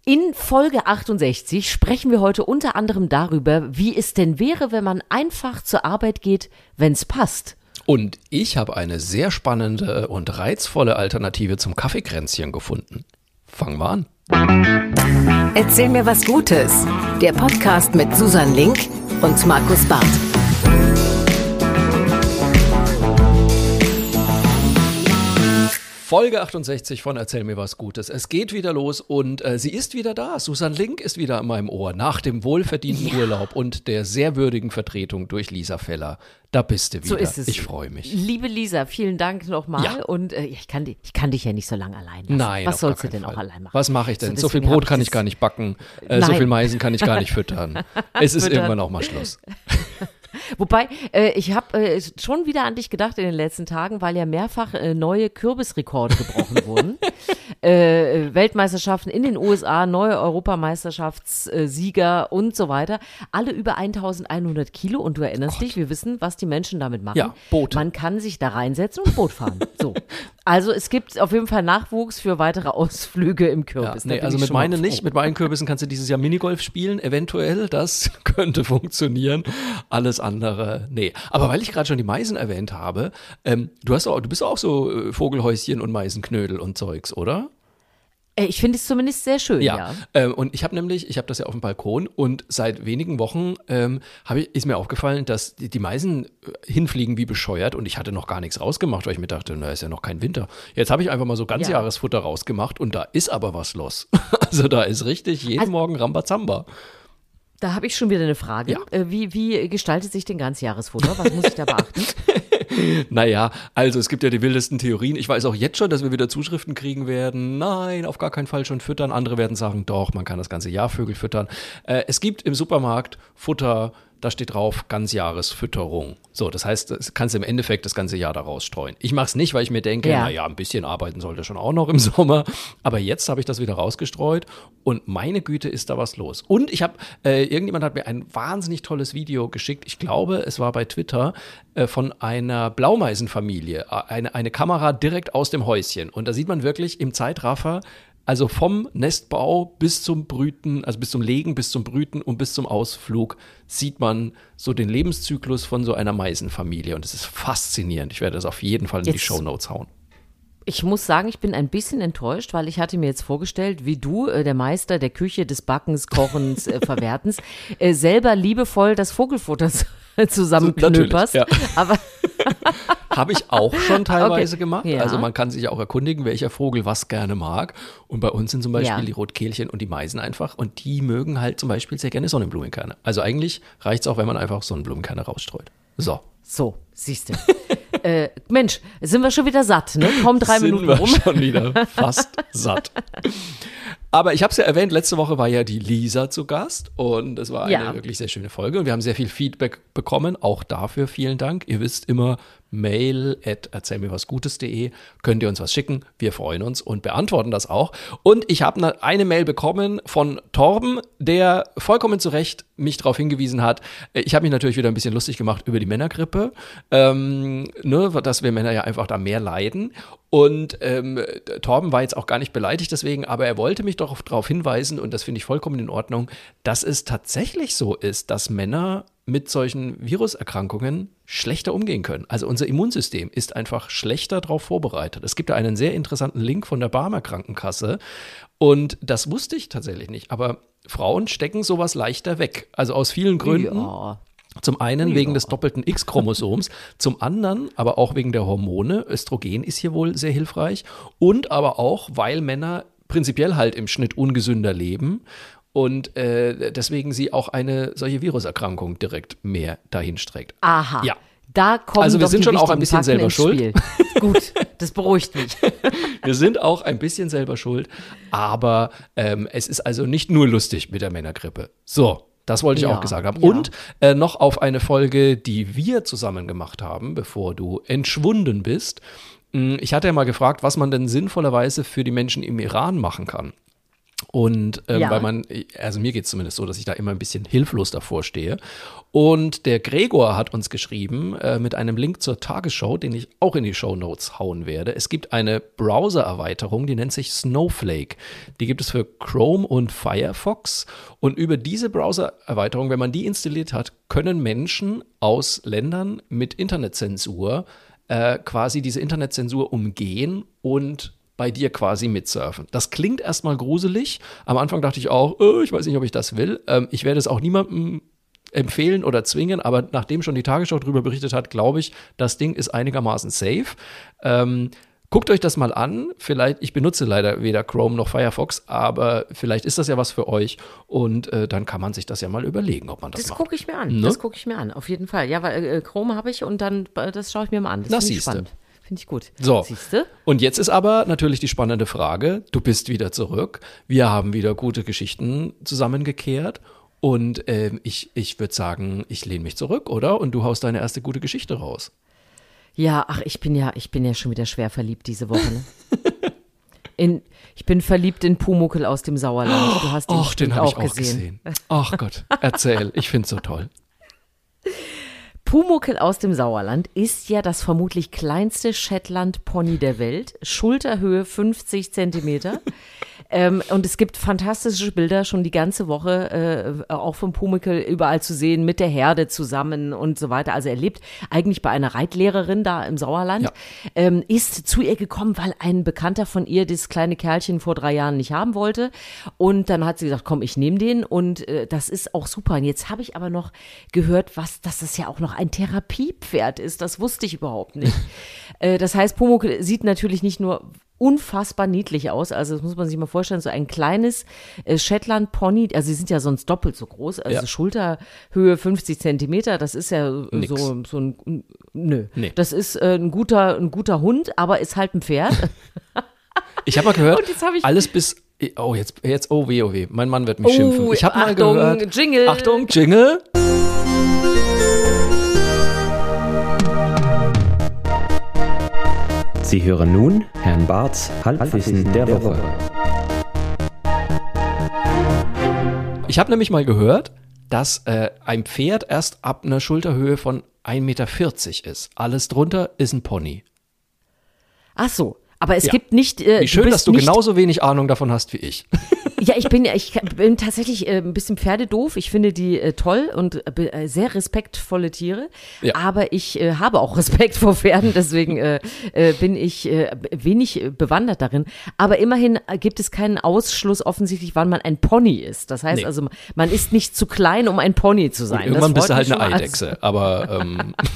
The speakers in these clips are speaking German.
In Folge 68 sprechen wir heute unter anderem darüber, wie es denn wäre, wenn man einfach zur Arbeit geht, wenn es passt. Und ich habe eine sehr spannende und reizvolle Alternative zum Kaffeekränzchen gefunden. Fangen wir an. Erzähl mir was Gutes. Der Podcast mit Susan Link und Markus Barth. Folge 68 von Erzähl mir was Gutes. Es geht wieder los und sie ist wieder da. Susan Link ist wieder in meinem Ohr nach dem wohlverdienten Urlaub und der sehr würdigen Vertretung durch Lisa Feller. Da bist du wieder. So ist es. Ich freue mich. Liebe Lisa, vielen Dank nochmal. Ja. Und ich kann dich ja nicht so lange allein lassen. Nein, was auf gar sollst du keinen denn Fall. auch allein machen? Was mache ich denn? So viel deswegen Brot hab kann ich ich gar nicht backen. So Nein. viel Maisen kann ich gar nicht füttern. Es ist Füttern. irgendwann auch mal Schluss. Wobei, ich habe schon wieder an dich gedacht in den letzten Tagen, weil ja mehrfach neue Kürbisrekorde gebrochen wurden. Weltmeisterschaften in den USA, neue Europameisterschaftssieger und so weiter. Alle über 1100 Kilo und du erinnerst dich, wir wissen, was die Menschen damit machen. Ja, Boote. Man kann sich da reinsetzen und Boot fahren. So. Also es gibt auf jeden Fall Nachwuchs für weitere Ausflüge im Ja, Kürbis. Da nee, bin also ich mit schon mal meinen froh. nicht. Mit meinen Kürbissen kannst du dieses Jahr Minigolf spielen, eventuell. Das könnte funktionieren. Alles andere, nee. Aber weil ich gerade schon die Meisen erwähnt habe, du bist auch so Vogelhäuschen und Meisenknödel und Zeugs, oder? Ich finde es zumindest sehr schön, ja. Und ich habe das ja auf dem Balkon und seit wenigen Wochen ist mir aufgefallen, dass die Meisen hinfliegen wie bescheuert und ich hatte noch gar nichts rausgemacht, weil ich mir dachte, na, ist ja noch kein Winter. Jetzt habe ich einfach mal so Ganzjahresfutter rausgemacht und da ist aber was los. Also da ist richtig jeden Morgen Rambazamba. Da habe ich schon wieder eine Frage. Ja. Wie gestaltet sich denn Ganzjahresfutter? Was muss ich da beachten? Naja, also es gibt ja die wildesten Theorien. Ich weiß auch jetzt schon, dass wir wieder Zuschriften kriegen werden. Nein, auf gar keinen Fall schon füttern. Andere werden sagen, doch, man kann das ganze Jahr Vögel füttern. Es gibt im Supermarkt Futter, da steht drauf Ganzjahresfütterung. So, das heißt, das kannst du im Endeffekt das ganze Jahr daraus streuen. Ich mache es nicht, weil ich mir denke, naja, ein bisschen arbeiten sollte schon auch noch im Sommer. Aber jetzt habe ich das wieder rausgestreut und meine Güte, ist da was los. Und irgendjemand hat mir ein wahnsinnig tolles Video geschickt. Ich glaube, es war bei Twitter von einer Blaumeisenfamilie. Eine Kamera direkt aus dem Häuschen. Und da sieht man wirklich im Zeitraffer, also vom Nestbau bis zum Brüten, also bis zum Legen, bis zum Brüten und bis zum Ausflug sieht man so den Lebenszyklus von so einer Meisenfamilie. Und es ist faszinierend. Ich werde das auf jeden Fall in die Shownotes hauen. Ich muss sagen, ich bin ein bisschen enttäuscht, weil ich hatte mir jetzt vorgestellt, wie du, der Meister der Küche, des Backens, Kochens, Verwertens, selber liebevoll das Vogelfutter zusammenknöperst. Ja. Aber habe ich auch schon teilweise gemacht. Ja. Also man kann sich auch erkundigen, welcher Vogel was gerne mag. Und bei uns sind zum Beispiel Ja. die Rotkehlchen und die Meisen einfach. Und die mögen halt zum Beispiel sehr gerne Sonnenblumenkerne. Also eigentlich reicht es auch, wenn man einfach Sonnenblumenkerne rausstreut. So, siehst du. Mensch, sind wir schon wieder satt, ne? Kaum 3 Minuten rum. Sind wir schon wieder fast satt. Aber ich habe es ja erwähnt, letzte Woche war ja die Lisa zu Gast und es war eine wirklich sehr schöne Folge und wir haben sehr viel Feedback bekommen, auch dafür vielen Dank. Ihr wisst immer, mail@erzählmirwasgutes.de, könnt ihr uns was schicken, wir freuen uns und beantworten das auch. Und ich habe eine Mail bekommen von Torben, der vollkommen zu Recht mich darauf hingewiesen hat, ich habe mich natürlich wieder ein bisschen lustig gemacht über die Männergrippe, dass wir Männer ja einfach da mehr leiden. Und Torben war jetzt auch gar nicht beleidigt deswegen, aber er wollte mich doch darauf hinweisen, und das finde ich vollkommen in Ordnung, dass es tatsächlich so ist, dass Männer mit solchen Viruserkrankungen schlechter umgehen können. Also unser Immunsystem ist einfach schlechter darauf vorbereitet. Es gibt da einen sehr interessanten Link von der Barmer Krankenkasse und das wusste ich tatsächlich nicht, aber Frauen stecken sowas leichter weg. Also aus vielen Gründen. Ja. Zum einen wegen des doppelten X-Chromosoms, zum anderen aber auch wegen der Hormone. Östrogen ist hier wohl sehr hilfreich und aber auch, weil Männer prinzipiell halt im Schnitt ungesünder leben und deswegen sie auch eine solche Viruserkrankung direkt mehr dahin streckt. Aha. Ja. Da kommen Also wir doch sind die schon auch ein wichtigen bisschen Fakten selber ins Spiel. Gut, das beruhigt mich. Wir sind auch ein bisschen selber schuld, aber es ist also nicht nur lustig mit der Männergrippe. So. Das wollte ich auch gesagt haben. Ja. Und noch auf eine Folge, die wir zusammen gemacht haben, bevor du entschwunden bist. Ich hatte ja mal gefragt, was man denn sinnvollerweise für die Menschen im Iran machen kann. Und Ja. weil also mir geht es zumindest so, dass ich da immer ein bisschen hilflos davor stehe. Und der Gregor hat uns geschrieben mit einem Link zur Tagesschau, den ich auch in die Shownotes hauen werde. Es gibt eine Browser-Erweiterung, die nennt sich Snowflake. Die gibt es für Chrome und Firefox. Und über diese Browser-Erweiterung, wenn man die installiert hat, können Menschen aus Ländern mit Internetzensur quasi diese Internetzensur umgehen und bei dir quasi mitsurfen. Das klingt erstmal gruselig. Am Anfang dachte ich auch, ich weiß nicht, ob ich das will. Ich werde es auch niemandem empfehlen oder zwingen, aber nachdem schon die Tagesschau darüber berichtet hat, glaube ich, das Ding ist einigermaßen safe. Guckt euch das mal an. Vielleicht, ich benutze leider weder Chrome noch Firefox, aber vielleicht ist das ja was für euch und dann kann man sich das ja mal überlegen, ob man das macht. Das gucke ich mir an. Ne? Das gucke ich mir an, auf jeden Fall. Ja, weil Chrome habe ich und dann, das schaue ich mir mal an. Das finde ich siehste. spannend. Finde ich gut. So, Siehste? und jetzt ist aber natürlich die spannende Frage, du bist wieder zurück, wir haben wieder gute Geschichten zusammengekehrt und ich würde sagen, ich lehne mich zurück, oder? Und du haust deine erste gute Geschichte raus. Ja, ach, ich bin ja schon wieder schwer verliebt diese Woche. Ne? Ich bin verliebt in Pumuckl aus dem Sauerland. Du hast ihn Ach, den bestimmt habe ich auch gesehen. Ach Gott, erzähl, ich find's so toll. Pumuckl aus dem Sauerland ist ja das vermutlich kleinste Shetland-Pony der Welt. Schulterhöhe 50 Zentimeter. Und es gibt fantastische Bilder schon die ganze Woche, auch von Pumuckl überall zu sehen, mit der Herde zusammen und so weiter. Also er lebt eigentlich bei einer Reitlehrerin da im Sauerland, ist zu ihr gekommen, weil ein Bekannter von ihr das kleine Kerlchen vor 3 Jahren nicht haben wollte. Und dann hat sie gesagt, komm, ich nehme den und das ist auch super. Und jetzt habe ich aber noch gehört, dass das ja auch noch ein Therapiepferd ist. Das wusste ich überhaupt nicht. Das heißt, Pumuckl sieht natürlich nicht nur unfassbar niedlich aus, also das muss man sich mal vorstellen, so ein kleines Shetland-Pony, also sie sind ja sonst doppelt so groß, also Schulterhöhe 50 Zentimeter, das ist ja so ein, das ist ein guter Hund, aber ist halt ein Pferd. Ich habe mal gehört, Und jetzt hab ich- alles bis, jetzt, oh weh, mein Mann wird mich schimpfen. Ich habe mal gehört, Jingle. Achtung, Jingle. Sie hören nun Herrn Barths Halbwissen der Woche. Ich habe nämlich mal gehört, dass ein Pferd erst ab einer Schulterhöhe von 1,40 Meter ist. Alles drunter ist ein Pony. Ach so, aber es Ja. gibt nicht. Wie schön, dass du nicht, genauso wenig Ahnung davon hast wie ich. Ja, ich bin tatsächlich ein bisschen pferdedoof. Ich finde die toll und sehr respektvolle Tiere. Ja. Aber ich habe auch Respekt vor Pferden, deswegen bin ich wenig bewandert darin. Aber immerhin gibt es keinen Ausschluss offensichtlich, wann man ein Pony ist. Das heißt also, man ist nicht zu klein, um ein Pony zu sein. Irgendwann Das bist du freut halt mich eine schon mal. Eidechse. Aber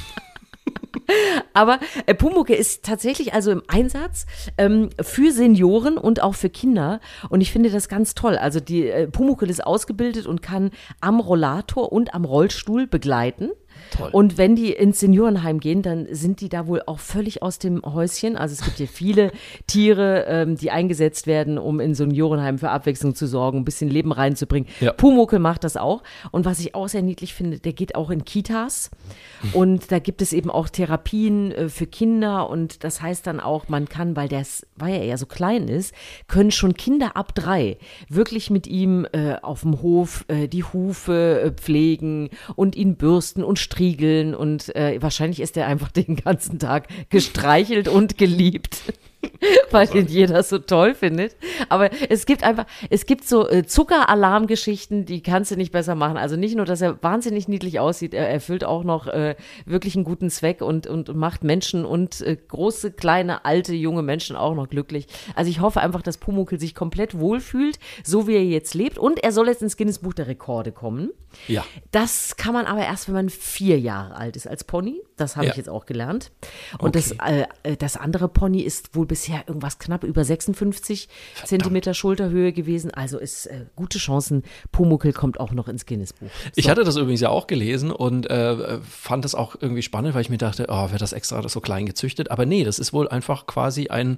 Aber Pumuckl ist tatsächlich also im Einsatz für Senioren und auch für Kinder. Und ich finde das ganz toll. Also die Pumuckl ist ausgebildet und kann am Rollator und am Rollstuhl begleiten. Toll. Und wenn die ins Seniorenheim gehen, dann sind die da wohl auch völlig aus dem Häuschen. Also es gibt hier viele Tiere, die eingesetzt werden, um in Seniorenheimen für Abwechslung zu sorgen, ein bisschen Leben reinzubringen. Ja. Pumuckl macht das auch. Und was ich auch sehr niedlich finde, der geht auch in Kitas. Und da gibt es eben auch Therapien für Kinder. Und das heißt dann auch, man kann, weil er ja so klein ist, können schon Kinder ab 3 wirklich mit ihm auf dem Hof die Hufe pflegen und ihn bürsten und striegeln. Und wahrscheinlich ist er einfach den ganzen Tag gestreichelt und geliebt. Weil den jeder so toll findet. Aber es gibt so Zuckeralarmgeschichten, die kannst du nicht besser machen. Also nicht nur, dass er wahnsinnig niedlich aussieht, er erfüllt auch noch wirklich einen guten Zweck und macht Menschen und große, kleine, alte, junge Menschen auch noch glücklich. Also ich hoffe einfach, dass Pumuckl sich komplett wohlfühlt, so wie er jetzt lebt. Und er soll jetzt ins Guinness-Buch der Rekorde kommen. ja. Das kann man aber erst, wenn man 4 Jahre alt ist als Pony. Das habe Ja. ich jetzt auch gelernt. Und Okay. das andere Pony ist wohl bisher irgendwas knapp über 56 Zentimeter Schulterhöhe gewesen. Also ist gute Chancen, Pumuckl kommt auch noch ins Guinness-Buch. Ich hatte das übrigens ja auch gelesen und fand das auch irgendwie spannend, weil ich mir dachte, wird das extra so klein gezüchtet? Aber nee, das ist wohl einfach quasi ein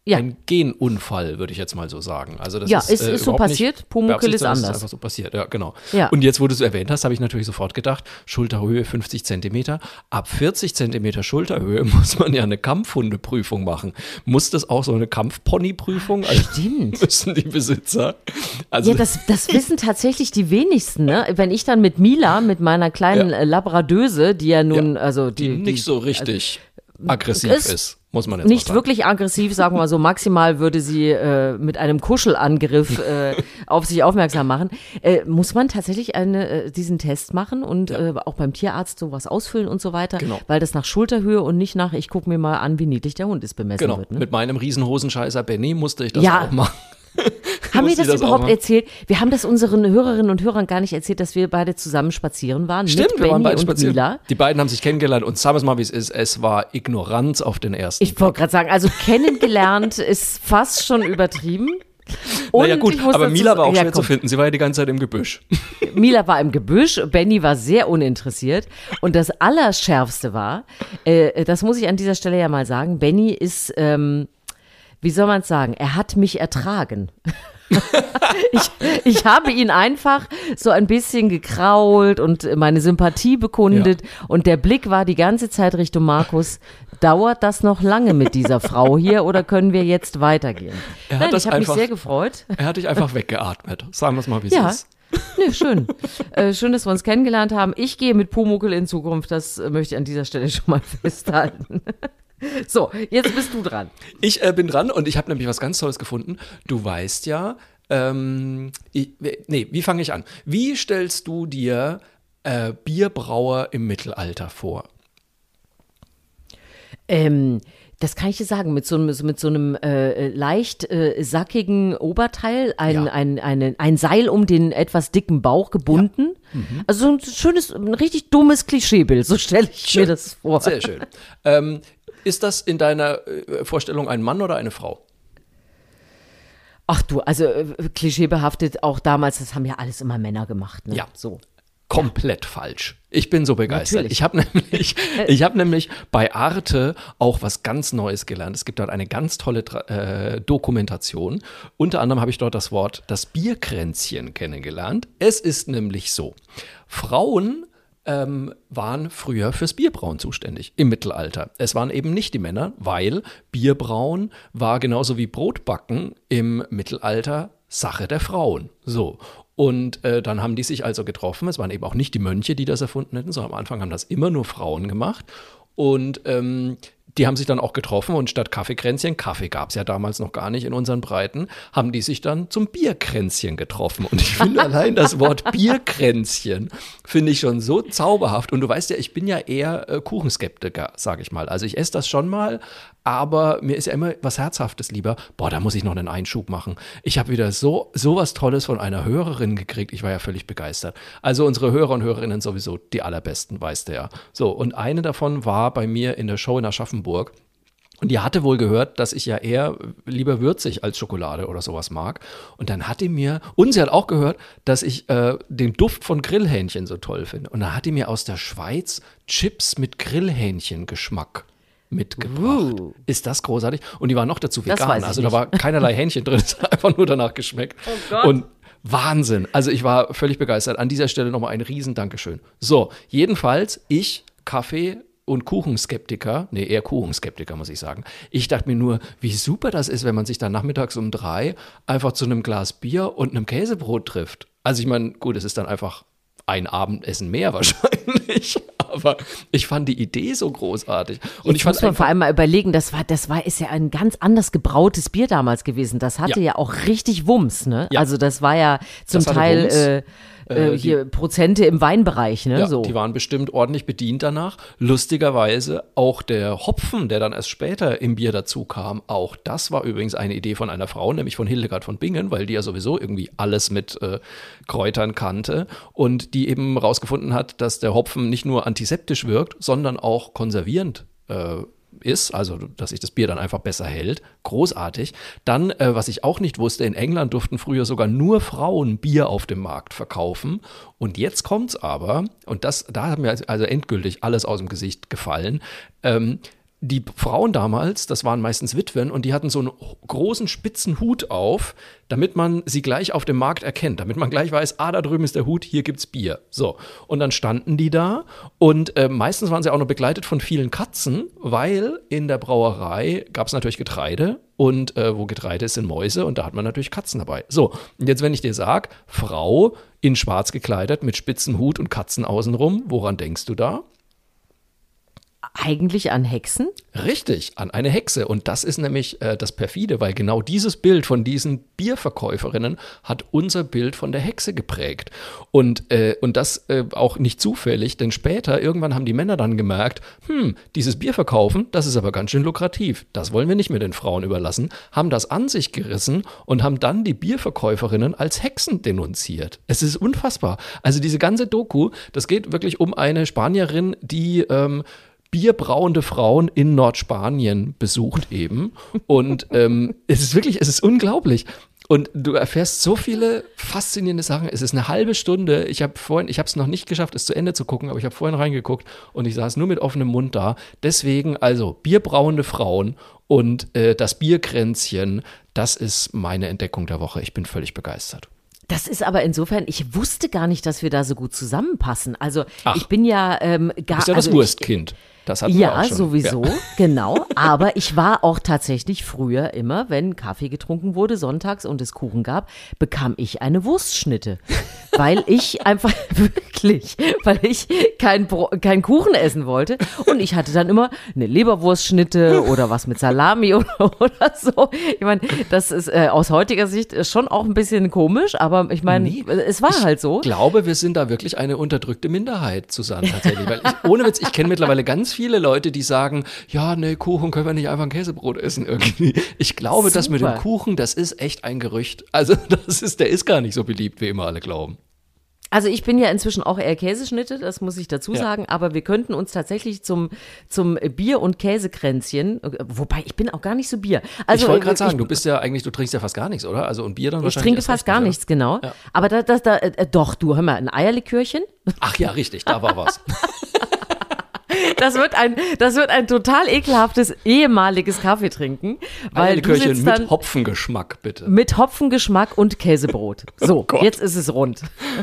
ein Genunfall, würde ich jetzt mal so sagen. Also das ist so passiert. Pumuckl ist anders. Das ist einfach so passiert, ja, genau. Ja. Und jetzt, wo du es erwähnt hast, habe ich natürlich sofort gedacht, Schulterhöhe 50 Zentimeter. Ab 40 Zentimeter Schulterhöhe muss man ja eine Kampfhundeprüfung machen. Muss das auch so eine Kampfponyprüfung? Stimmt. Müssen die Besitzer. Also ja, das wissen tatsächlich die wenigsten, ne? Wenn ich dann mit Mila, mit meiner kleinen Labradöse, die ja nun, also die nicht so richtig aggressiv ist, muss man jetzt nicht sagen. Wirklich aggressiv, sagen wir mal so, maximal würde sie mit einem Kuschelangriff auf sich aufmerksam machen, muss man tatsächlich diesen Test machen und auch beim Tierarzt sowas ausfüllen und so weiter, weil das nach Schulterhöhe und nicht nach, ich gucke mir mal an, wie niedlich der Hund ist, bemessen wird. Ne? Mit meinem Riesenhosenscheißer Benny musste ich das auch machen. Haben wir das überhaupt erzählt? Wir haben das unseren Hörerinnen und Hörern gar nicht erzählt, dass wir beide zusammen spazieren waren. Stimmt, mit wir waren Benny beide und spazieren. Mila. Die beiden haben sich kennengelernt und sagen wir es mal, wie es ist. Es war Ignoranz auf den ersten. Ich wollte gerade sagen, also kennengelernt ist fast schon übertrieben. Und naja gut, aber Mila war auch schwer zu finden. Sie war ja die ganze Zeit im Gebüsch. Mila war im Gebüsch, Benny war sehr uninteressiert. Und das Allerschärfste war, das muss ich an dieser Stelle ja mal sagen, Benny ist, wie soll man es sagen, er hat mich ertragen. Ich habe ihn einfach so ein bisschen gekrault und meine Sympathie bekundet und der Blick war die ganze Zeit Richtung Markus. Dauert das noch lange mit dieser Frau hier oder können wir jetzt weitergehen? Ich habe mich sehr gefreut. Er hat dich einfach weggeatmet. Sagen wir es mal, wie es ist. Nee, schön. Schön, dass wir uns kennengelernt haben. Ich gehe mit Pumuckl in Zukunft, das möchte ich an dieser Stelle schon mal festhalten. So, jetzt bist du dran. Ich bin dran und ich habe nämlich was ganz Tolles gefunden. Du weißt ja, wie fange ich an? Wie stellst du dir Bierbrauer im Mittelalter vor? Das kann ich dir sagen, mit so einem leicht sackigen Oberteil, ein Seil um den etwas dicken Bauch gebunden. Ja. Also so ein schönes, ein richtig dummes Klischeebild, so stelle ich mir das vor. Sehr schön. Ist das in deiner Vorstellung ein Mann oder eine Frau? Ach du, also klischeebehaftet auch damals, das haben ja alles immer Männer gemacht. Ne? Ja, so. Komplett falsch. Ich bin so begeistert. Natürlich. Ich hab nämlich bei Arte auch was ganz Neues gelernt. Es gibt dort eine ganz tolle Dokumentation. Unter anderem habe ich dort das Bierkränzchen kennengelernt. Es ist nämlich so, Frauen waren früher fürs Bierbrauen zuständig im Mittelalter. Es waren eben nicht die Männer, weil Bierbrauen war genauso wie Brotbacken im Mittelalter Sache der Frauen. So. Und dann haben die sich also getroffen. Es waren eben auch nicht die Mönche, die das erfunden hätten, sondern am Anfang haben das immer nur Frauen gemacht. Und die haben sich dann auch getroffen und statt Kaffeekränzchen, Kaffee gab es ja damals noch gar nicht in unseren Breiten, haben die sich dann zum Bierkränzchen getroffen. Und ich finde allein das Wort Bierkränzchen finde ich schon so zauberhaft. Und du weißt ja, ich bin ja eher Kuchenskeptiker, sage ich mal. Also ich esse das schon mal, aber mir ist ja immer was Herzhaftes lieber. Boah, da muss ich noch einen Einschub machen. Ich habe wieder so was Tolles von einer Hörerin gekriegt. Ich war ja völlig begeistert. Also unsere Hörer und Hörerinnen sowieso die allerbesten, weißt du ja. So, und eine davon war bei mir in der Show in Aschaffenburg. Und die hatte wohl gehört, dass ich ja eher lieber würzig als Schokolade oder sowas mag. Und dann hat die mir, und sie hat auch gehört, dass ich den Duft von Grillhähnchen so toll finde. Und dann hat die mir aus der Schweiz Chips mit Grillhähnchengeschmack mitgebracht. Ist das großartig? Und die war noch dazu vegan. Also da war keinerlei Hähnchen drin, es hat einfach nur danach geschmeckt. Oh Gott. Und Wahnsinn. Also ich war völlig begeistert. An dieser Stelle nochmal ein riesen Dankeschön. So, jedenfalls ich, Kaffee und Kuchenskeptiker, eher Kuchenskeptiker, muss ich sagen. Ich dachte mir nur, wie super das ist, wenn man sich dann nachmittags um 3 einfach zu einem Glas Bier und einem Käsebrot trifft. Also ich meine, gut, es ist dann einfach ein Abendessen mehr wahrscheinlich, aber ich fand die Idee so großartig. Und ich muss man vor allem mal überlegen, ist ja ein ganz anders gebrautes Bier damals gewesen. Das hatte ja auch richtig Wumms, ne? Ja. Also das war ja zum Teil hier Prozente im Weinbereich, ne? Ja, so. Die waren bestimmt ordentlich bedient danach. Lustigerweise auch der Hopfen, der dann erst später im Bier dazu kam, auch das war übrigens eine Idee von einer Frau, nämlich von Hildegard von Bingen, weil die ja sowieso irgendwie alles mit Kräutern kannte und die eben rausgefunden hat, dass der Hopfen nicht nur antiseptisch wirkt, sondern auch konservierend ist, also dass sich das Bier dann einfach besser hält. Großartig. Dann, was ich auch nicht wusste, in England durften früher sogar nur Frauen Bier auf dem Markt verkaufen. Und jetzt kommt's aber, und da haben mir also endgültig alles aus dem Gesicht gefallen, die Frauen damals, das waren meistens Witwen und die hatten so einen großen spitzen Hut auf, damit man sie gleich auf dem Markt erkennt, damit man gleich weiß, da drüben ist der Hut, hier gibt's Bier. So, und dann standen die da und meistens waren sie auch noch begleitet von vielen Katzen, weil in der Brauerei gab's natürlich Getreide und wo Getreide ist, sind Mäuse und da hat man natürlich Katzen dabei. So, und jetzt wenn ich dir sag, Frau in schwarz gekleidet mit spitzen Hut und Katzen außenrum, woran denkst du da? Eigentlich an Hexen? Richtig, an eine Hexe. Und das ist nämlich das Perfide, weil genau dieses Bild von diesen Bierverkäuferinnen hat unser Bild von der Hexe geprägt. Und das auch nicht zufällig, denn später, irgendwann haben die Männer dann gemerkt, dieses Bier verkaufen, das ist aber ganz schön lukrativ. Das wollen wir nicht mehr den Frauen überlassen, haben das an sich gerissen und haben dann die Bierverkäuferinnen als Hexen denunziert. Es ist unfassbar. Also diese ganze Doku, das geht wirklich um eine Spanierin, die bierbrauende Frauen in Nordspanien besucht eben. Und es ist unglaublich. Und du erfährst so viele faszinierende Sachen. Es ist eine halbe Stunde. Ich habe es noch nicht geschafft, es zu Ende zu gucken, aber ich habe vorhin reingeguckt und ich saß nur mit offenem Mund da. Deswegen also bierbrauende Frauen und das Bierkränzchen, das ist meine Entdeckung der Woche. Ich bin völlig begeistert. Das ist aber insofern, ich wusste gar nicht, dass wir da so gut zusammenpassen. Also ich bin ja Du bist ja das Wurstkind. Das hatten wir auch schon. Sowieso, ja. Genau. Aber ich war auch tatsächlich früher immer, wenn Kaffee getrunken wurde, sonntags und es Kuchen gab, bekam ich eine Wurstschnitte. Weil ich einfach weil ich kein Kuchen essen wollte. Und ich hatte dann immer eine Leberwurstschnitte oder was mit Salami oder so. Ich meine, das ist aus heutiger Sicht schon auch ein bisschen komisch, aber ich meine, es war halt so. Ich glaube, wir sind da wirklich eine unterdrückte Minderheit, Susanne, tatsächlich. Weil ohne Witz, ich kenne mittlerweile ganz viele Leute, die sagen, ja, nee, Kuchen können wir nicht einfach ein Käsebrot essen irgendwie. Ich glaube, das mit dem Kuchen, das ist echt ein Gerücht. Also der ist gar nicht so beliebt, wie immer alle glauben. Also ich bin ja inzwischen auch eher Käseschnitte, das muss ich dazu sagen, aber wir könnten uns tatsächlich zum Bier- und Käsekränzchen, wobei ich bin auch gar nicht so Bier. Also, ich wollte gerade sagen, du trinkst ja fast gar nichts, oder? Also und Bier dann wahrscheinlich. Ich trinke fast gar nichts, genau. Ja. Aber doch, du, hör mal, ein Eierlikörchen. Ach ja, richtig, da war was. Das wird ein total ekelhaftes ehemaliges Kaffee trinken. Weil du sitzt dann mit Hopfengeschmack, bitte. Mit Hopfengeschmack und Käsebrot. So, jetzt ist es rund.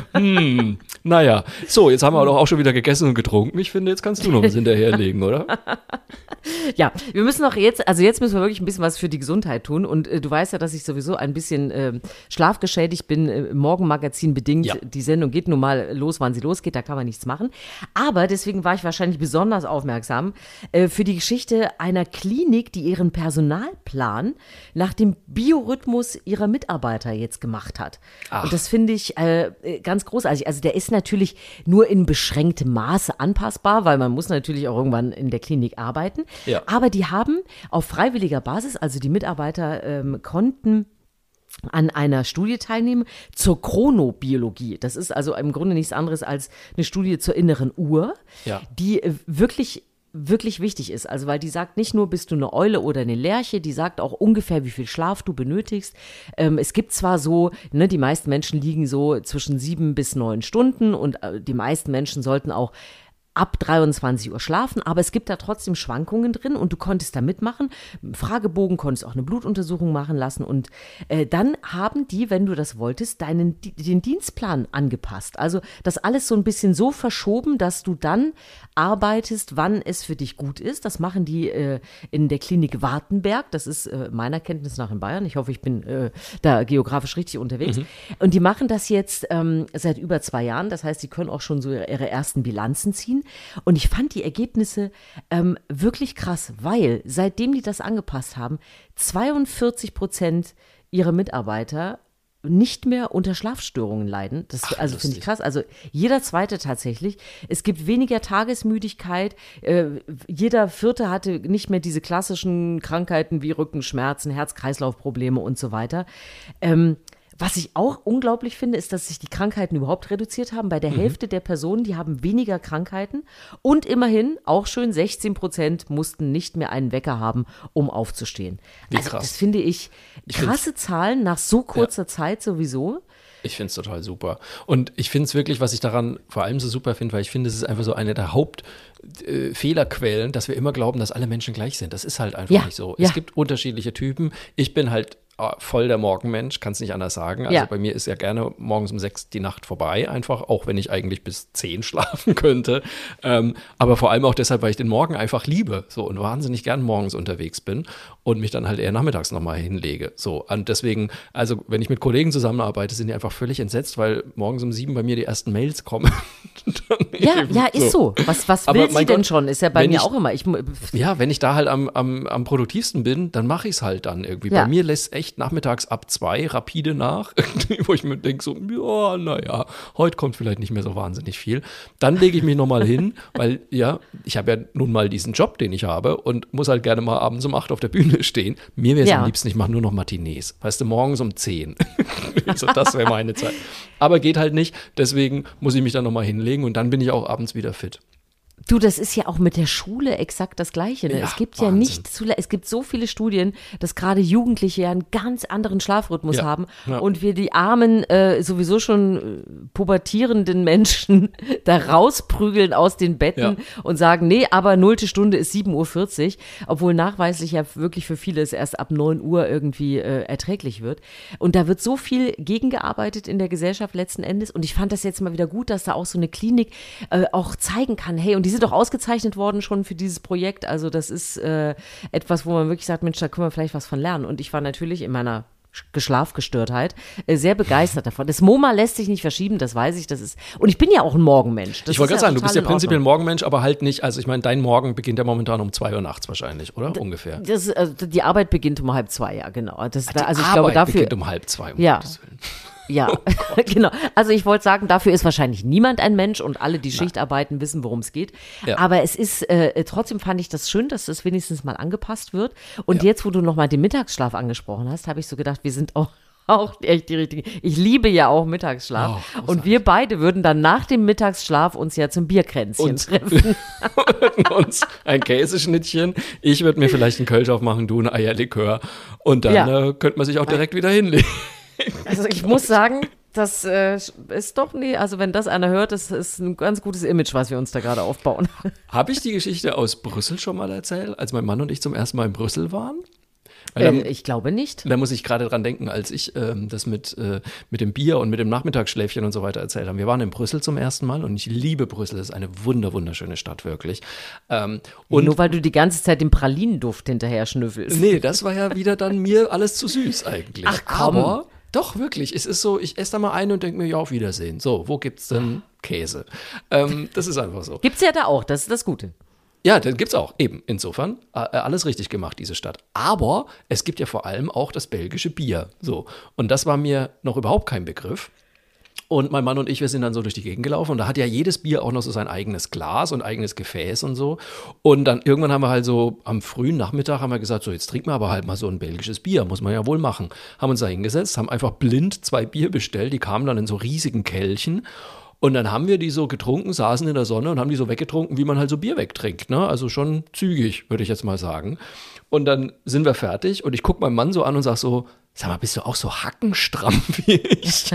Naja, so, jetzt haben wir doch auch schon wieder gegessen und getrunken. Ich finde, jetzt kannst du noch was hinterherlegen, oder? Ja, wir müssen jetzt müssen wir wirklich ein bisschen was für die Gesundheit tun. Und du weißt ja, dass ich sowieso ein bisschen schlafgeschädigt bin, Morgenmagazin bedingt. Ja. Die Sendung geht nun mal los, wann sie losgeht, da kann man nichts machen. Aber deswegen war ich wahrscheinlich besonders aufmerksam für die Geschichte einer Klinik, die ihren Personalplan nach dem Biorhythmus ihrer Mitarbeiter jetzt gemacht hat. Ach. Und das finde ich ganz großartig. Also der ist natürlich nur in beschränktem Maße anpassbar, weil man muss natürlich auch irgendwann in der Klinik arbeiten. Ja. Aber die haben auf freiwilliger Basis, also die Mitarbeiter konnten an einer Studie teilnehmen zur Chronobiologie. Das ist also im Grunde nichts anderes als eine Studie zur inneren Uhr, die wirklich wichtig ist. Also weil die sagt nicht nur, bist du eine Eule oder eine Lerche, die sagt auch ungefähr, wie viel Schlaf du benötigst. Es gibt zwar so, die meisten Menschen liegen so zwischen 7 bis 9 Stunden und die meisten Menschen sollten auch ab 23 Uhr schlafen, aber es gibt da trotzdem Schwankungen drin und du konntest da mitmachen. Im Fragebogen konntest auch eine Blutuntersuchung machen lassen und dann haben die, wenn du das wolltest, den Dienstplan angepasst. Also das alles so ein bisschen so verschoben, dass du dann arbeitest, wann es für dich gut ist. Das machen die in der Klinik Wartenberg. Das ist meiner Kenntnis nach in Bayern. Ich hoffe, ich bin da geografisch richtig unterwegs. Und die machen das jetzt seit über 2 Jahren. Das heißt, die können auch schon so ihre ersten Bilanzen ziehen. Und ich fand die Ergebnisse wirklich krass, weil seitdem die das angepasst haben, 42% ihrer Mitarbeiter nicht mehr unter Schlafstörungen leiden. Das finde ich krass. Also jeder Zweite tatsächlich. Es gibt weniger Tagesmüdigkeit. Jeder Vierte hatte nicht mehr diese klassischen Krankheiten wie Rückenschmerzen, Herz-Kreislauf-Probleme und so weiter. Was ich auch unglaublich finde, ist, dass sich die Krankheiten überhaupt reduziert haben. Bei der Hälfte der Personen, die haben weniger Krankheiten. Und immerhin, auch schön, 16% mussten nicht mehr einen Wecker haben, um aufzustehen. Wie krass. Das finde ich krasse Zahlen nach so kurzer Zeit sowieso. Ich finde es total super. Und ich finde es wirklich, was ich daran vor allem so super finde, weil ich finde, es ist einfach so eine der Hauptfehlerquellen, dass wir immer glauben, dass alle Menschen gleich sind. Das ist halt einfach nicht so. Es gibt unterschiedliche Typen. Ich bin halt voll der Morgenmensch, kann es nicht anders sagen. Also bei mir ist ja gerne morgens um 6 die Nacht vorbei, einfach, auch wenn ich eigentlich bis 10 schlafen könnte. Aber vor allem auch deshalb, weil ich den Morgen einfach liebe so und wahnsinnig gern morgens unterwegs bin und mich dann halt eher nachmittags nochmal hinlege. So. Und deswegen, also wenn ich mit Kollegen zusammenarbeite, sind die einfach völlig entsetzt, weil morgens um 7 bei mir die ersten Mails kommen. Ist so. Was will sie denn schon? Ist ja bei mir auch immer. Wenn ich da halt am produktivsten bin, dann mache ich es halt dann irgendwie. Bei mir lässt echt nachmittags ab 2 rapide nach, wo ich mir denke so, ja, naja, heute kommt vielleicht nicht mehr so wahnsinnig viel. Dann lege ich mich nochmal hin, weil ich habe ja nun mal diesen Job, den ich habe und muss halt gerne mal abends um 8 auf der Bühne stehen. Mir wäre es am liebsten, ich mache nur noch Matinees. Weißt du, morgens um 10. So, das wäre meine Zeit. Aber geht halt nicht, deswegen muss ich mich dann nochmal hinlegen und dann bin ich auch abends wieder fit. Du, das ist ja auch mit der Schule exakt das Gleiche. Ne? Ja, es gibt Wahnsinn. es gibt so viele Studien, dass gerade Jugendliche ja einen ganz anderen Schlafrhythmus haben und wir die armen, sowieso schon pubertierenden Menschen da rausprügeln aus den Betten und sagen, nee, aber 0. Stunde ist 7:40 Uhr, obwohl nachweislich ja wirklich für viele es erst ab 9 Uhr irgendwie erträglich wird. Und da wird so viel gegengearbeitet in der Gesellschaft letzten Endes und ich fand das jetzt mal wieder gut, dass da auch so eine Klinik auch zeigen kann, hey, und die sind doch ausgezeichnet worden schon für dieses Projekt. Also das ist etwas, wo man wirklich sagt, Mensch, da können wir vielleicht was von lernen. Und ich war natürlich in meiner Schlafgestörtheit sehr begeistert davon. Das MoMA lässt sich nicht verschieben, das weiß ich. Und ich bin ja auch ein Morgenmensch. Ich wollte gerade sagen, du bist ja prinzipiell ein Morgenmensch, aber halt nicht, also ich meine, dein Morgen beginnt ja momentan um 2 Uhr nachts wahrscheinlich, oder? Ungefähr. Die Arbeit beginnt um 1:30, ja, genau. Die Arbeit beginnt um 1:30, um Gottes Willen. Ja, genau. Also ich wollte sagen, dafür ist wahrscheinlich niemand ein Mensch und alle, die Schicht arbeiten, wissen, worum es geht. Ja. Aber es ist, trotzdem fand ich das schön, dass das wenigstens mal angepasst wird. Und jetzt, wo du nochmal den Mittagsschlaf angesprochen hast, habe ich so gedacht, wir sind auch echt die richtigen. Ich liebe ja auch Mittagsschlaf. Und wir beide würden dann nach dem Mittagsschlaf uns ja zum Bierkränzchen treffen. uns ein Käseschnittchen. Ich würde mir vielleicht einen Kölsch aufmachen, du ein Eierlikör. Und dann könnte man sich auch direkt wieder hinlegen. Also ich muss sagen, das ist doch also wenn das einer hört, das ist ein ganz gutes Image, was wir uns da gerade aufbauen. Habe ich die Geschichte aus Brüssel schon mal erzählt, als mein Mann und ich zum ersten Mal in Brüssel waren? Ich glaube nicht. Da muss ich gerade dran denken, als ich das mit dem Bier und mit dem Nachmittagsschläfchen und so weiter erzählt habe. Wir waren in Brüssel zum ersten Mal und ich liebe Brüssel. Das ist eine wunderschöne Stadt, wirklich. Und nur weil du die ganze Zeit den Pralinenduft hinterher schnüffelst. Nee, das war ja wieder dann mir alles zu süß eigentlich. Ach komm. Aber doch, wirklich. Es ist so, ich esse da mal ein und denke mir, ja, auf Wiedersehen. So, wo gibt's denn Käse? Das ist einfach so. Gibt's ja da auch, das ist das Gute. Ja, den gibt's auch. Eben, insofern alles richtig gemacht, diese Stadt. Aber es gibt ja vor allem auch das belgische Bier. So. Und das war mir noch überhaupt kein Begriff. Und mein Mann und ich, wir sind dann so durch die Gegend gelaufen und da hat ja jedes Bier auch noch so sein eigenes Glas und eigenes Gefäß und so. Und dann irgendwann haben wir halt so am frühen Nachmittag haben wir gesagt, so jetzt trinken wir aber halt mal so ein belgisches Bier, muss man ja wohl machen. Haben uns da hingesetzt, haben einfach blind 2 Bier bestellt, die kamen dann in so riesigen Kelchen. Und dann haben wir die so getrunken, saßen in der Sonne und haben die so weggetrunken, wie man halt so Bier wegtrinkt. Ne? Also schon zügig, würde ich jetzt mal sagen. Und dann sind wir fertig und ich gucke meinen Mann so an und sage so, sag mal, bist du auch so hackenstramm wie ich?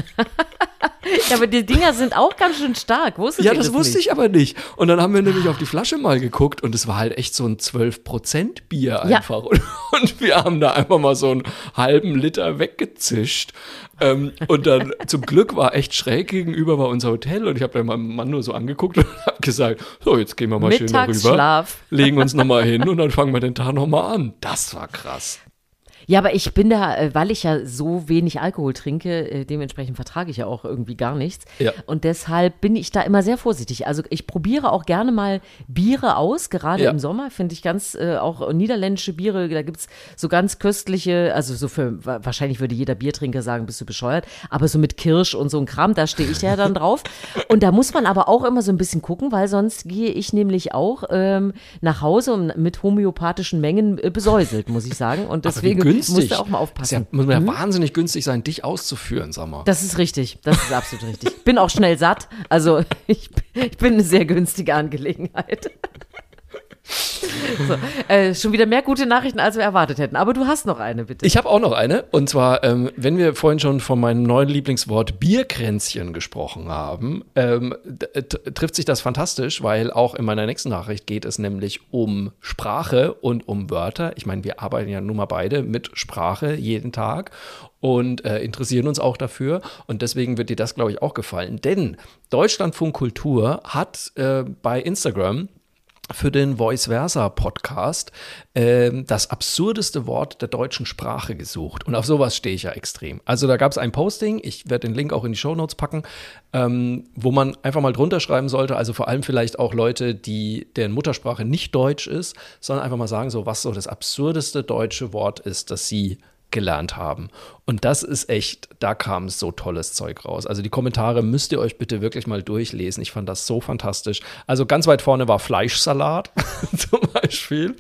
Ja, aber die Dinger sind auch ganz schön stark. Wusstet ihr das wusste nicht? Ich aber nicht. Und dann haben wir nämlich auf die Flasche mal geguckt und es war halt echt so ein 12% Bier einfach. Ja. Und wir haben da einfach mal so einen halben Liter weggezischt. Und dann zum Glück war echt schräg gegenüber bei unser Hotel und ich habe dann meinen Mann nur so angeguckt und habe gesagt, so jetzt gehen wir mal schön darüber, legen uns nochmal hin und dann fangen wir den Tag nochmal an. Das war krass. Ja, aber ich bin da, weil ich ja so wenig Alkohol trinke, dementsprechend vertrage ich ja auch irgendwie gar nichts. Ja. Und deshalb bin ich da immer sehr vorsichtig. Also ich probiere auch gerne mal Biere aus, gerade im Sommer finde ich ganz, auch niederländische Biere, da gibt es so ganz köstliche, also so wahrscheinlich würde jeder Biertrinker sagen, bist du bescheuert, aber so mit Kirsch und so ein Kram, da stehe ich ja dann drauf. Und da muss man aber auch immer so ein bisschen gucken, weil sonst gehe ich nämlich auch nach Hause und mit homöopathischen Mengen besäuselt, muss ich sagen. Und deswegen musst du auch mal aufpassen. Muss ja wahnsinnig günstig sein, dich auszuführen, sag mal. Das ist richtig, das ist absolut richtig. Bin auch schnell satt, also ich bin eine sehr günstige Angelegenheit. So, schon wieder mehr gute Nachrichten, als wir erwartet hätten. Aber du hast noch eine, bitte. Ich habe auch noch eine. Und zwar, wenn wir vorhin schon von meinem neuen Lieblingswort Bierkränzchen gesprochen haben, trifft sich das fantastisch, weil auch in meiner nächsten Nachricht geht es nämlich um Sprache und um Wörter. Ich meine, wir arbeiten ja nun mal beide mit Sprache jeden Tag und interessieren uns auch dafür. Und deswegen wird dir das, glaube ich, auch gefallen. Denn Deutschlandfunk Kultur hat bei Instagram für den Voice Versa Podcast das absurdeste Wort der deutschen Sprache gesucht. Und auf sowas stehe ich ja extrem. Also da gab es ein Posting, ich werde den Link auch in die Shownotes packen, wo man einfach mal drunter schreiben sollte, also vor allem vielleicht auch Leute, deren Muttersprache nicht Deutsch ist, sondern einfach mal sagen, so was so das absurdeste deutsche Wort ist, das sie gelernt haben. Und das ist echt, da kam so tolles Zeug raus. Also die Kommentare müsst ihr euch bitte wirklich mal durchlesen. Ich fand das so fantastisch. Also ganz weit vorne war Fleischsalat zum Beispiel.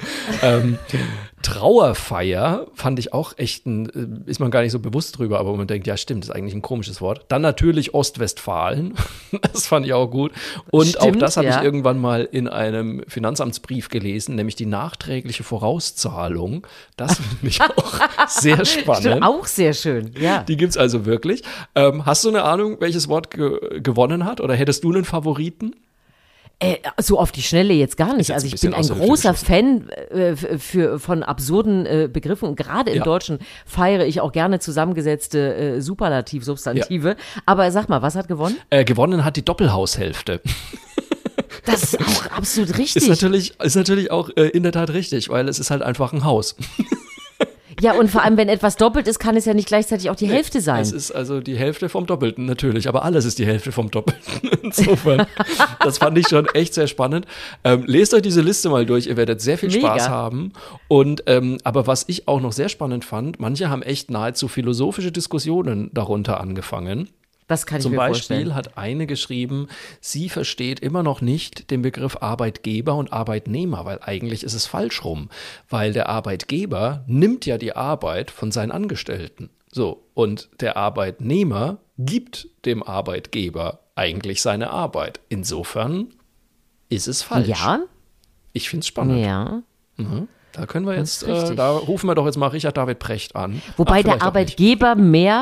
Trauerfeier fand ich auch echt ist man gar nicht so bewusst drüber, aber man denkt, ja stimmt, ist eigentlich ein komisches Wort. Dann natürlich Ostwestfalen. Das fand ich auch gut. Und stimmt, auch das habe ich irgendwann mal in einem Finanzamtsbrief gelesen, nämlich die nachträgliche Vorauszahlung. Das finde ich auch sehr spannend. Stimmt, auch sehr schön, ja. Die gibt es also wirklich. Hast du eine Ahnung, welches Wort gewonnen hat? Oder hättest du einen Favoriten? So auf die Schnelle jetzt gar nicht. Also ich bin ein großer Fan von absurden Begriffen und gerade im Deutschen feiere ich auch gerne zusammengesetzte Superlativ-Substantive. Ja. Aber sag mal, was hat gewonnen? Gewonnen hat die Doppelhaushälfte. Das ist auch absolut richtig. Ist natürlich auch in der Tat richtig, weil es ist halt einfach ein Haus. Ja, und vor allem, wenn etwas doppelt ist, kann es ja nicht gleichzeitig auch die Hälfte sein. Es ist also die Hälfte vom Doppelten natürlich, aber alles ist die Hälfte vom Doppelten. Insofern, das fand ich schon echt sehr spannend. Lest euch diese Liste mal durch, ihr werdet sehr viel Spaß haben. Und aber was ich auch noch sehr spannend fand, manche haben echt nahezu philosophische Diskussionen darunter angefangen. Das kann ich mir vorstellen. Zum Beispiel hat eine geschrieben, sie versteht immer noch nicht den Begriff Arbeitgeber und Arbeitnehmer, weil eigentlich ist es falsch rum, weil der Arbeitgeber nimmt ja die Arbeit von seinen Angestellten. So, und der Arbeitnehmer gibt dem Arbeitgeber eigentlich seine Arbeit. Insofern ist es falsch. Ja. Ich finde es spannend. Ja. Mhm. Da können wir jetzt, da rufen wir doch jetzt mal Richard David Precht an. Wobei der Arbeitgeber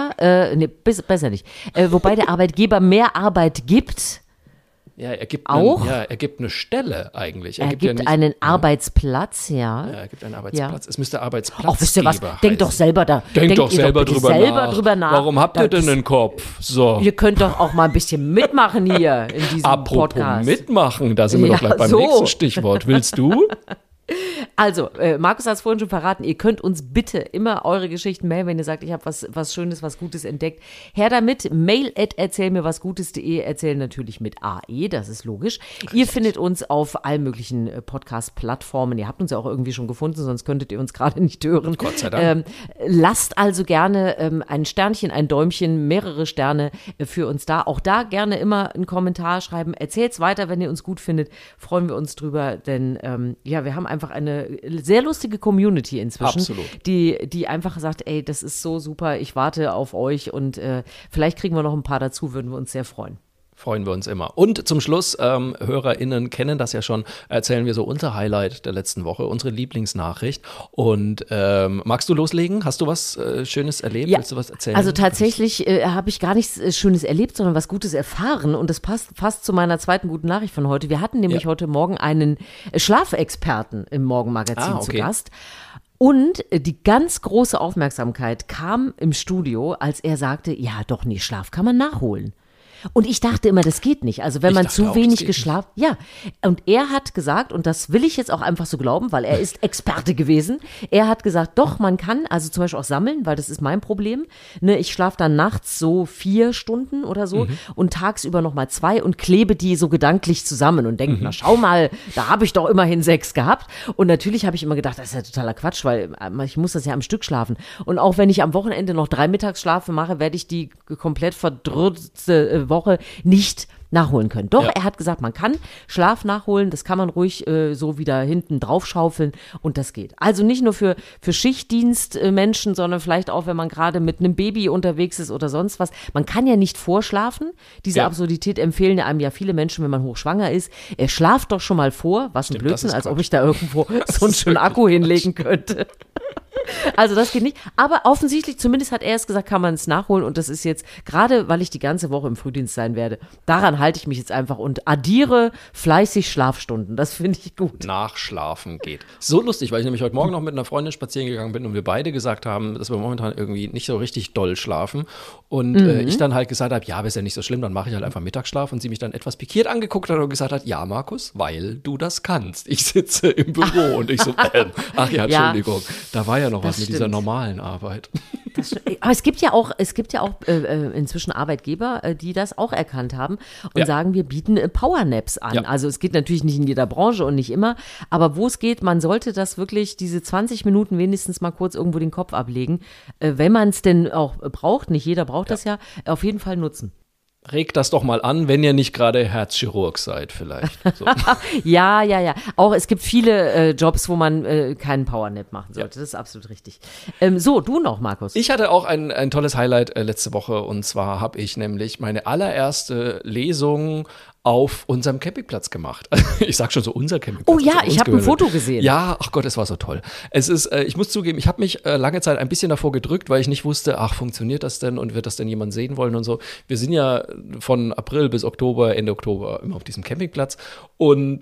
besser nicht. Wobei der Arbeitgeber mehr Arbeit gibt. Ja, er gibt eine Stelle eigentlich. Er gibt einen Arbeitsplatz, ja. Ja, er gibt einen Arbeitsplatz. Ja. Es müsste Arbeitsplatz geben. Wisst ihr was? Denkt doch selber drüber nach. Warum habt ihr denn einen Kopf? So. Ihr könnt doch auch mal ein bisschen mitmachen hier in diesem Podcast. Apropos mitmachen, da sind wir doch gleich beim nächsten Stichwort. Willst du? Also, Markus hat es vorhin schon verraten, ihr könnt uns bitte immer eure Geschichten mailen, wenn ihr sagt, ich habe was Schönes, was Gutes entdeckt. Her damit, mail@erzählmirwasgutes.de, erzählen natürlich mit AE, das ist logisch. Richtig. Ihr findet uns auf allen möglichen Podcast-Plattformen, ihr habt uns ja auch irgendwie schon gefunden, sonst könntet ihr uns gerade nicht hören. Gott sei Dank. Lasst also gerne ein Sternchen, ein Däumchen, mehrere Sterne für uns da. Auch da gerne immer einen Kommentar schreiben. Erzählt's weiter, wenn ihr uns gut findet, freuen wir uns drüber, denn wir haben einfach eine sehr lustige Community inzwischen, Absolut. die einfach sagt, ey, das ist so super, ich warte auf euch und vielleicht kriegen wir noch ein paar dazu, würden wir uns sehr freuen. Freuen wir uns immer. Und zum Schluss, HörerInnen kennen das ja schon, erzählen wir so unser Highlight der letzten Woche, unsere Lieblingsnachricht. Und magst du loslegen? Hast du was Schönes erlebt? Ja. Willst du was erzählen? Also tatsächlich habe ich gar nichts Schönes erlebt, sondern was Gutes erfahren. Und das passt fast zu meiner zweiten guten Nachricht von heute. Wir hatten nämlich heute Morgen einen Schlafexperten im Morgenmagazin zu Gast. Und die ganz große Aufmerksamkeit kam im Studio, als er sagte, ja doch, nee, Schlaf kann man nachholen. Und ich dachte immer, das geht nicht. Also wenn man zu wenig geschlafen, Und er hat gesagt, und das will ich jetzt auch einfach so glauben, weil er ist Experte gewesen. Er hat gesagt, doch, man kann, also zum Beispiel auch sammeln, weil das ist mein Problem. Ne, ich schlafe dann nachts so 4 Stunden oder so und tagsüber nochmal 2 und klebe die so gedanklich zusammen und denke, na schau mal, da habe ich doch immerhin 6 gehabt. Und natürlich habe ich immer gedacht, das ist ja totaler Quatsch, weil ich muss das ja am Stück schlafen. Und auch wenn ich am Wochenende noch 3 Mittagsschlafe mache, werde ich die komplett verdrückte Woche nicht nachholen können. Doch, Ja. er hat gesagt, man kann Schlaf nachholen, das kann man ruhig so wieder hinten draufschaufeln und das geht. Also nicht nur für Schichtdienstmenschen, sondern vielleicht auch, wenn man gerade mit einem Baby unterwegs ist oder sonst was. Man kann ja nicht vorschlafen. Diese Ja. Absurdität empfehlen ja einem ja viele Menschen, wenn man hochschwanger ist. Schlaft doch schon mal vor, was ein Stimmt, das Blödsinn, ist als ob Quatsch. ich da irgendwo so einen schönen Akku hinlegen könnte. Also das geht nicht. Aber offensichtlich, zumindest hat er es gesagt, kann man es nachholen. Und das ist jetzt, gerade weil ich die ganze Woche im Frühdienst sein werde, daran halte ich mich jetzt einfach und addiere fleißig Schlafstunden. Das finde ich gut. Nachschlafen geht. So lustig, weil ich nämlich heute Morgen noch mit einer Freundin spazieren gegangen bin und wir beide gesagt haben, dass wir momentan irgendwie nicht so richtig doll schlafen. Und ich dann halt gesagt habe, ja, aber ist ja nicht so schlimm, dann mache ich halt einfach Mittagsschlaf. Und sie mich dann etwas pikiert angeguckt hat und gesagt hat, ja, Markus, weil du das kannst. Ich sitze im Büro und ich so, ach ja, Ja. Entschuldigung, da war ja noch was Das mit stimmt. dieser normalen Arbeit. Aber es gibt ja auch inzwischen Arbeitgeber, die das auch erkannt haben und Ja. sagen, wir bieten Powernaps an. Ja. Also es geht natürlich nicht in jeder Branche und nicht immer, aber wo es geht, man sollte das wirklich, diese 20 Minuten wenigstens mal kurz irgendwo den Kopf ablegen, wenn man es denn auch braucht, nicht jeder braucht das ja, auf jeden Fall nutzen. Regt das doch mal an, wenn ihr nicht gerade Herzchirurg seid vielleicht. So. Ja. Auch es gibt viele Jobs, wo man keinen Powernap machen sollte. Das ist absolut richtig. So, du noch, Markus. Ich hatte auch ein tolles Highlight letzte Woche und zwar habe ich nämlich meine allererste Lesung auf unserem Campingplatz gemacht. Ich sag schon so unser Campingplatz. Oh ja, also uns ich habe ein gehört. Foto gesehen. Ja, ach Gott, es war so toll. Es ist, ich muss zugeben, ich habe mich lange Zeit ein bisschen davor gedrückt, weil ich nicht wusste, ach, funktioniert das denn und wird das denn jemand sehen wollen und so. Wir sind ja von April bis Oktober, Ende Oktober immer auf diesem Campingplatz und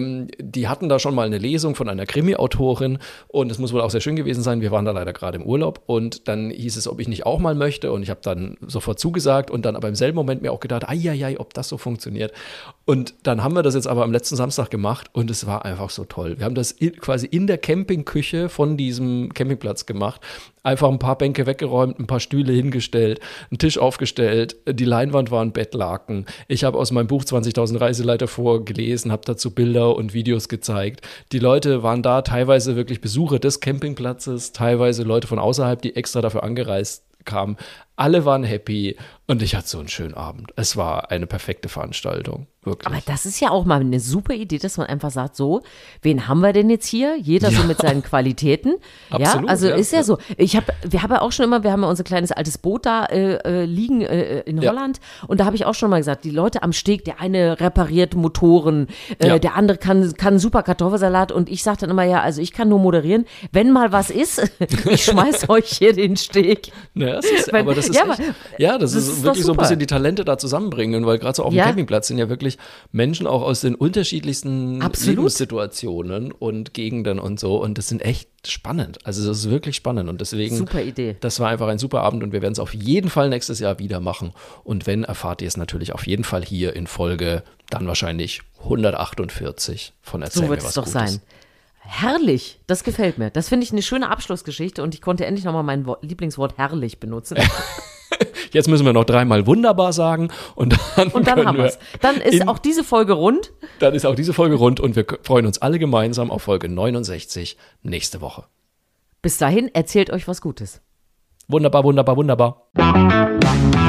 die hatten da schon mal eine Lesung von einer Krimi-Autorin und es muss wohl auch sehr schön gewesen sein. Wir waren da leider gerade im Urlaub und dann hieß es, ob ich nicht auch mal möchte und ich habe dann sofort zugesagt und dann aber im selben Moment mir auch gedacht, ai, ob das so funktioniert. Und dann haben wir das jetzt aber am letzten Samstag gemacht und es war einfach so toll. Wir haben das quasi in der Campingküche von diesem Campingplatz gemacht. Einfach ein paar Bänke weggeräumt, ein paar Stühle hingestellt, einen Tisch aufgestellt, die Leinwand war ein Bettlaken. Ich habe aus meinem Buch 20.000 Reiseleiter vorgelesen, habe dazu Bilder und Videos gezeigt. Die Leute waren da, teilweise wirklich Besucher des Campingplatzes, teilweise Leute von außerhalb, die extra dafür angereist kamen. Alle waren happy und ich hatte so einen schönen Abend. Es war eine perfekte Veranstaltung, wirklich. Aber das ist ja auch mal eine super Idee, dass man einfach sagt, so, wen haben wir denn jetzt hier? Jeder so mit seinen Qualitäten. Absolut, ja, also ja, ist ja ja. so. Wir haben ja auch schon immer, wir haben ja unser kleines altes Boot da liegen in Ja. Holland und da habe ich auch schon mal gesagt, die Leute am Steg, der eine repariert Motoren, Ja. der andere kann super Kartoffelsalat und ich sage dann immer, ja, also ich kann nur moderieren, wenn mal was ist, ich schmeiß euch hier den Steg. Ja, das ist, Wenn- aber das ist ja, echt, aber ja, das das ist ist doch wirklich so ein super. bisschen die Talente da zusammenbringen, weil gerade so auf dem Ja. Campingplatz sind ja wirklich Menschen auch aus den unterschiedlichsten Absolut. Lebenssituationen und Gegenden und so und das sind echt spannend. Also das ist wirklich spannend und deswegen, Super Idee. das war einfach ein super Abend und wir werden es auf jeden Fall nächstes Jahr wieder machen und wenn, erfahrt ihr es natürlich auf jeden Fall hier in Folge dann wahrscheinlich 148 von Erzähl So mir wird was es doch Gutes. sein. Herrlich, das gefällt mir. Das finde ich eine schöne Abschlussgeschichte und ich konnte endlich nochmal mein Lieblingswort herrlich benutzen. Jetzt müssen wir noch dreimal wunderbar sagen und dann, Und dann können haben wir es. Dann ist auch diese Folge rund. Dann ist auch diese Folge rund und wir freuen uns alle gemeinsam auf Folge 69 nächste Woche. Bis dahin, erzählt euch was Gutes. Wunderbar, wunderbar, wunderbar.